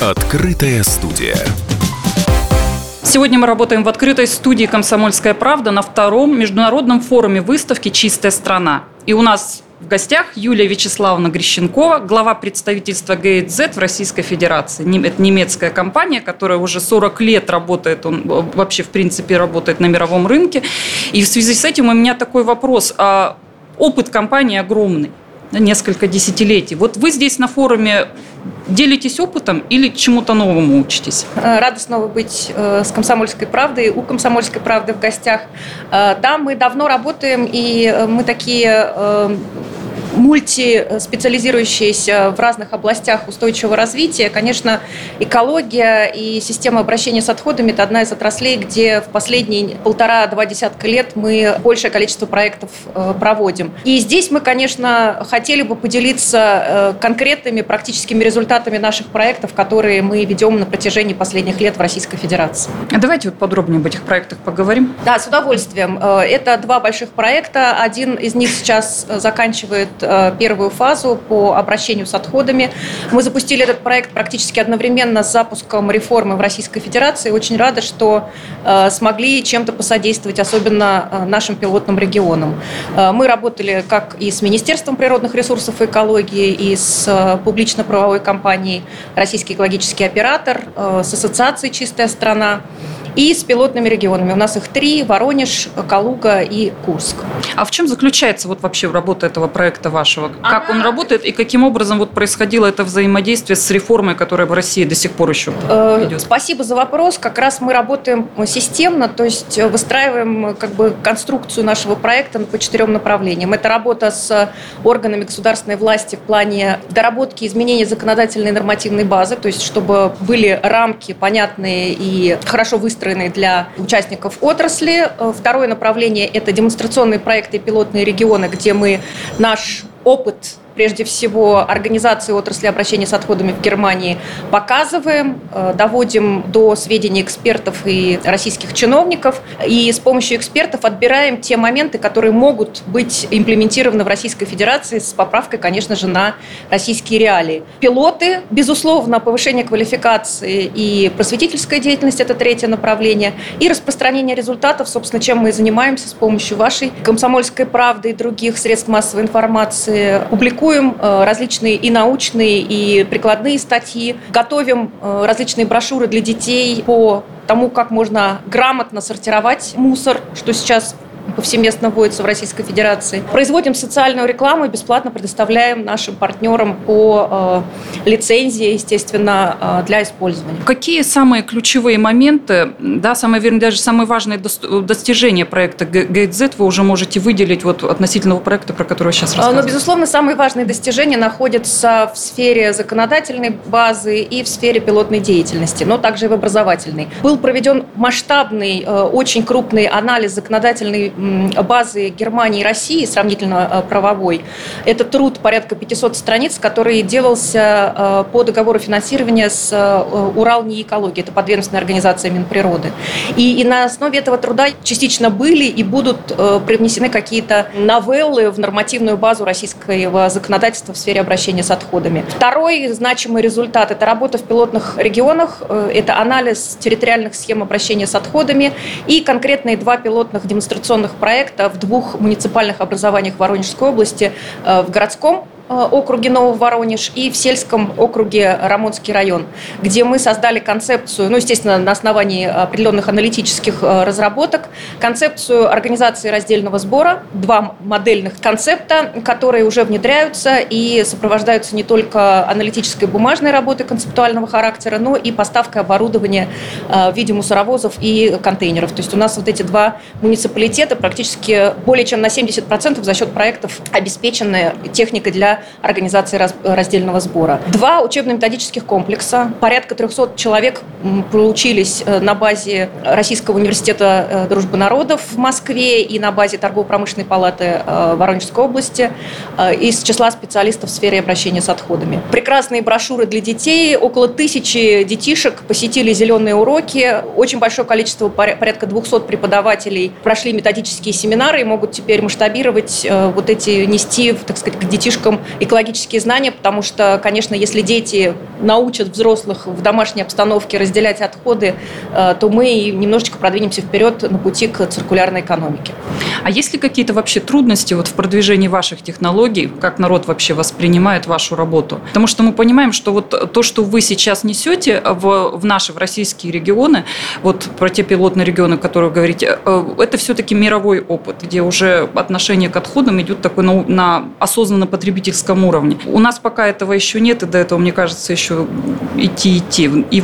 Открытая студия. Сегодня мы работаем в открытой студии «Комсомольская правда» на втором международном форуме выставки «Чистая страна». И у нас в гостях Юлия Вячеславовна Грищенкова, глава представительства GIZ в Российской Федерации. Это немецкая компания, которая уже 40 лет работает, он вообще в принципе работает на мировом рынке. И в связи с этим у меня такой вопрос. Опыт компании огромный, несколько десятилетий. Вот вы здесь на форуме делитесь опытом или чему-то новому учитесь? Рада снова быть с «Комсомольской правдой», у «Комсомольской правды» в гостях. Там мы давно работаем, и мы такие мультиспециализирующиеся в разных областях устойчивого развития. Конечно, экология и система обращения с отходами – это одна из отраслей, где в последние 1,5-2 десятка лет мы большее количество проектов проводим. И здесь мы, конечно, хотели бы поделиться конкретными практическими результатами наших проектов, которые мы ведем на протяжении последних лет в Российской Федерации. Давайте подробнее об этих проектах поговорим. Да, с удовольствием. Это 2 больших проекта. Один из них сейчас заканчивает первую фазу по обращению с отходами. Мы запустили этот проект практически одновременно с запуском реформы в Российской Федерации. Очень рада, что смогли чем-то посодействовать, особенно нашим пилотным регионам. Мы работали как и с Министерством природных ресурсов и экологии, и с публично-правовой компанией «Российский экологический оператор», с ассоциацией «Чистая страна», и с пилотными регионами. У нас их 3: Воронеж, Калуга и Курск. А в чем заключается вообще работа этого проекта вашего? Как он работает и каким образом происходило это взаимодействие с реформой, которая в России до сих пор еще идет? Спасибо за вопрос. Как раз мы работаем системно, то есть выстраиваем конструкцию нашего проекта по 4 направлениям. Это работа с органами государственной власти в плане доработки изменения законодательной и нормативной базы, то есть чтобы были рамки понятные и хорошо выстроенные для участников отрасли. Второе направление – это демонстрационные проекты и пилотные регионы, где мы наш опыт, прежде всего, организации отрасли обращения с отходами в Германии показываем, доводим до сведения экспертов и российских чиновников, и с помощью экспертов отбираем те моменты, которые могут быть имплементированы в Российской Федерации с поправкой, конечно же, на российские реалии. Пилоты, безусловно, повышение квалификации и просветительская деятельность – это 3 направление, и распространение результатов, собственно, чем мы и занимаемся с помощью вашей «Комсомольской правды» и других средств массовой информации. Публикуем различные и научные, и прикладные статьи, готовим различные брошюры для детей по тому, как можно грамотно сортировать мусор, что сейчас повсеместно вводится в Российской Федерации. Производим социальную рекламу и бесплатно предоставляем нашим партнерам по лицензии, естественно, для использования. Какие самые ключевые моменты, даже самые важные достижения проекта GIZ вы уже можете выделить относительно проекта, про который вы сейчас рассказываете? Но, безусловно, самые важные достижения находятся в сфере законодательной базы и в сфере пилотной деятельности, но также и в образовательной. Был проведен масштабный, очень крупный анализ законодательной базы Германии и России, сравнительно правовой. Это труд порядка 500 страниц, который делался по договору финансирования с Урал-НИИ экологии. Это подведомственная организация Минприроды. И на основе этого труда частично были и будут привнесены какие-то новеллы в нормативную базу российского законодательства в сфере обращения с отходами. Второй значимый результат – это работа в пилотных регионах, это анализ территориальных схем обращения с отходами и конкретные 2 пилотных демонстрационных проекта в 2 муниципальных образованиях Воронежской области, в городском округе Нововоронеж и в сельском округе Рамонский район, где мы создали концепцию, естественно, на основании определенных аналитических разработок, концепцию организации раздельного сбора, 2 модельных концепта, которые уже внедряются и сопровождаются не только аналитической бумажной работой концептуального характера, но и поставкой оборудования в виде мусоровозов и контейнеров. То есть у нас эти 2 муниципалитета практически более чем на 70% за счет проектов обеспечены техникой для организации раздельного сбора. 2 учебно-методических комплекса, порядка 300 человек получились на базе Российского университета дружбы народов в Москве и на базе торгово-промышленной палаты Воронежской области из числа специалистов в сфере обращения с отходами. Прекрасные брошюры для детей. Около 1000 детишек посетили зеленые уроки. Очень большое количество, порядка 200 преподавателей прошли методические семинары и могут теперь масштабировать вот эти, нести, так сказать, к детишкам экологические знания, потому что, конечно, если дети научат взрослых в домашней обстановке разделять отходы, то мы немножечко продвинемся вперед на пути к циркулярной экономике. А есть ли какие-то вообще трудности в продвижении ваших технологий? Как народ вообще воспринимает вашу работу? Потому что мы понимаем, что то, что вы сейчас несете в наши, в российские регионы, про те пилотные регионы, о которых вы говорите, это все-таки мировой опыт, где уже отношение к отходам идет такой на осознанно-потребительском уровне. У нас пока этого еще нет, и до этого, мне кажется, еще идти. И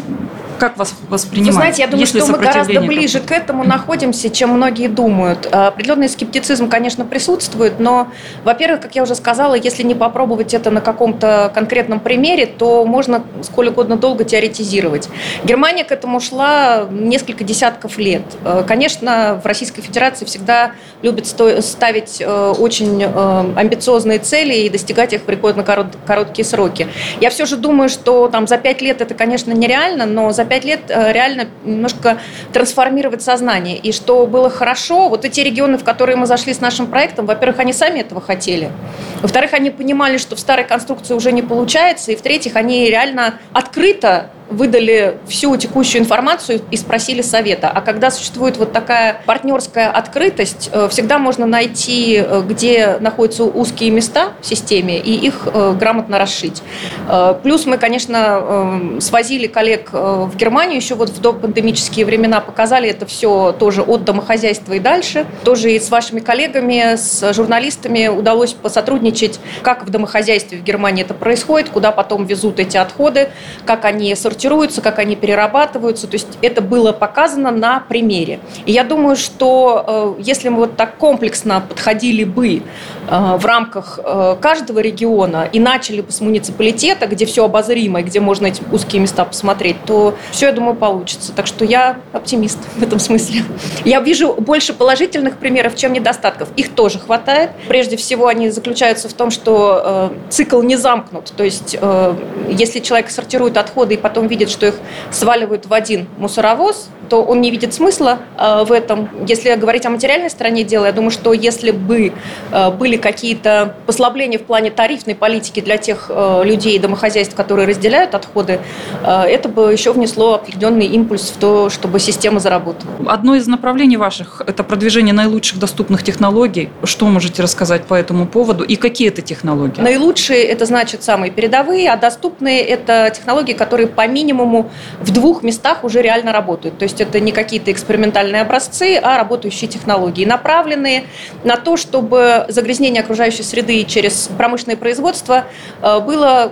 как вас воспринимают? Вы знаете, я думаю, что мы гораздо ближе к этому находимся, чем многие думают. Определенный скептицизм, конечно, присутствует, но, во-первых, как я уже сказала, если не попробовать это на каком-то конкретном примере, то можно сколь угодно долго теоретизировать. Германия к этому шла несколько десятков лет. Конечно, в Российской Федерации всегда любят ставить очень амбициозные цели и достигать их в рекордно короткие сроки. Я все же думаю, что за 5 лет это, конечно, нереально, но за 5 лет реально немножко трансформировать сознание. И что было хорошо, эти регионы, в которые мы зашли с нашим проектом, во-первых, они сами этого хотели. Во-вторых, они понимали, что в старой конструкции уже не получается. И в-третьих, они реально открыто выдали всю текущую информацию и спросили совета. А когда существует такая партнерская открытость, всегда можно найти, где находятся узкие места в системе, и их грамотно расшить. Плюс мы, конечно, свозили коллег в Германию еще в допандемические времена, показали это все тоже от домохозяйства и дальше. Тоже и с вашими коллегами, с журналистами удалось посотрудничать, как в домохозяйстве в Германии это происходит, куда потом везут эти отходы, как они сортируются, как они перерабатываются. То есть это было показано на примере. И я думаю, что если мы так комплексно подходили бы в рамках каждого региона и начали бы с муниципалитета, где все обозримо, и где можно эти узкие места посмотреть, то все, я думаю, получится. Так что я оптимист в этом смысле. Я вижу больше положительных примеров, чем недостатков. Их тоже хватает. Прежде всего, они заключаются в том, что цикл не замкнут. То есть если человек сортирует отходы и потом видит, что их сваливают в один мусоровоз, то он не видит смысла в этом. Если говорить о материальной стороне дела, я думаю, что если бы были какие-то послабления в плане тарифной политики для тех людей и домохозяйств, которые разделяют отходы, это бы еще внесло определенный импульс в то, чтобы система заработала. Одно из направлений ваших – это продвижение наилучших доступных технологий. Что можете рассказать по этому поводу и какие это технологии? Наилучшие – это значит самые передовые, а доступные – это технологии, которые по минимуму в 2 местах уже реально работают. То есть это не какие-то экспериментальные образцы, а работающие технологии, направленные на то, чтобы загрязнение окружающей среды через промышленное производство было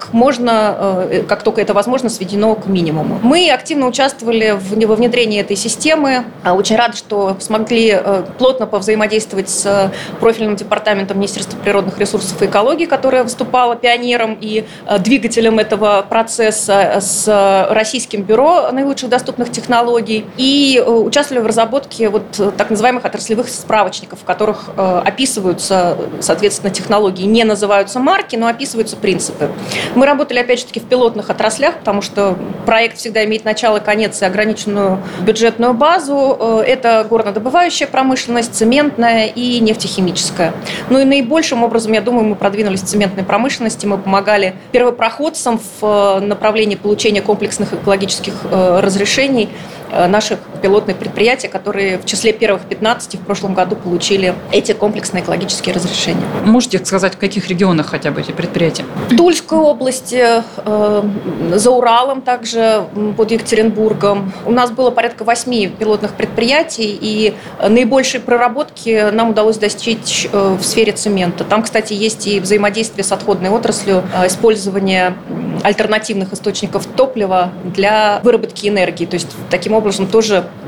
как только это возможно, сведено к минимуму. Мы активно участвовали во внедрении этой системы. Очень рада, что смогли плотно повзаимодействовать с профильным департаментом Министерства природных ресурсов и экологии, которое выступало пионером и двигателем этого процесса, с Российским бюро наилучших доступных технологий, и участвовали в разработке так называемых отраслевых справочников, в которых описываются, соответственно, технологии. Не называются марки, но описываются принципы. Мы работали, опять же таки, в пилотных отраслях, потому что проект всегда имеет начало, конец и ограниченную бюджетную базу. Это горнодобывающая промышленность, цементная и нефтехимическая. Ну и наибольшим образом, я думаю, мы продвинулись в цементной промышленности. Мы помогали первопроходцам в направлении получения комплексных экологических разрешений наших пилотных предприятий, которые в числе первых 15 в прошлом году получили эти комплексные экологические разрешения. Можете сказать, в каких регионах хотя бы эти предприятия? В Тульской области, за Уралом также, под Екатеринбургом. У нас было порядка 8 пилотных предприятий, и наибольшей проработки нам удалось достичь в сфере цемента. Там, кстати, есть и взаимодействие с отходной отраслью, использование альтернативных источников топлива для выработки энергии. То есть таким образом тоже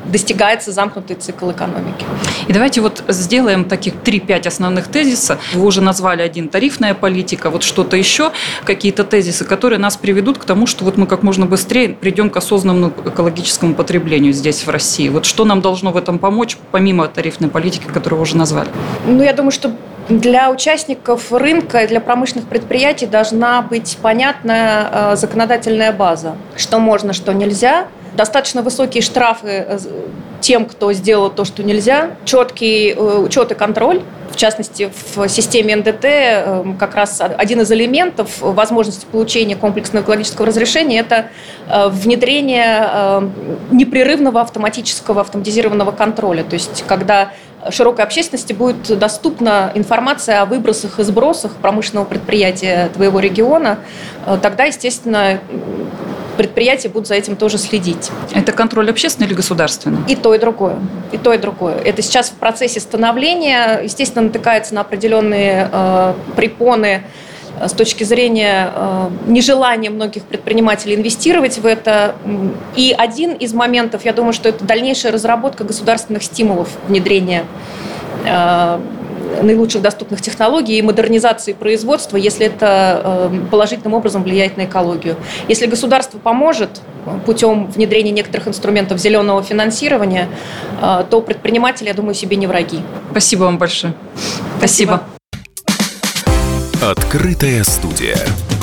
достигается замкнутый цикл экономики. И давайте вот сделаем таких 3-5 основных тезиса. Вы уже назвали один — тарифная политика, вот что-то еще, какие-то тезисы, которые нас приведут к тому, что вот мы как можно быстрее придем к осознанному экологическому потреблению здесь, в России. Вот что нам должно в этом помочь, помимо тарифной политики, которую вы уже назвали? Я думаю, что для участников рынка и для промышленных предприятий должна быть понятная законодательная база. Что можно, что нельзя. Достаточно высокие штрафы тем, кто сделал то, что нельзя. Четкий учет и контроль. В частности, в системе НДТ как раз один из элементов возможности получения комплексного экологического разрешения – это внедрение непрерывного автоматизированного контроля. То есть, когда широкой общественности будет доступна информация о выбросах и сбросах промышленного предприятия твоего региона, тогда, естественно, предприятия будут за этим тоже следить. Это контроль общественный или государственный? И то, и другое. И то, и другое. Это сейчас в процессе становления, естественно, натыкается на определенные препоны с точки зрения нежелания многих предпринимателей инвестировать в это. И один из моментов, я думаю, что это дальнейшая разработка государственных стимулов внедрения наилучших доступных технологий и модернизации производства, если это положительным образом влияет на экологию. Если государство поможет путем внедрения некоторых инструментов зеленого финансирования, то предприниматели, я думаю, себе не враги. Спасибо вам большое. Спасибо. Открытая студия.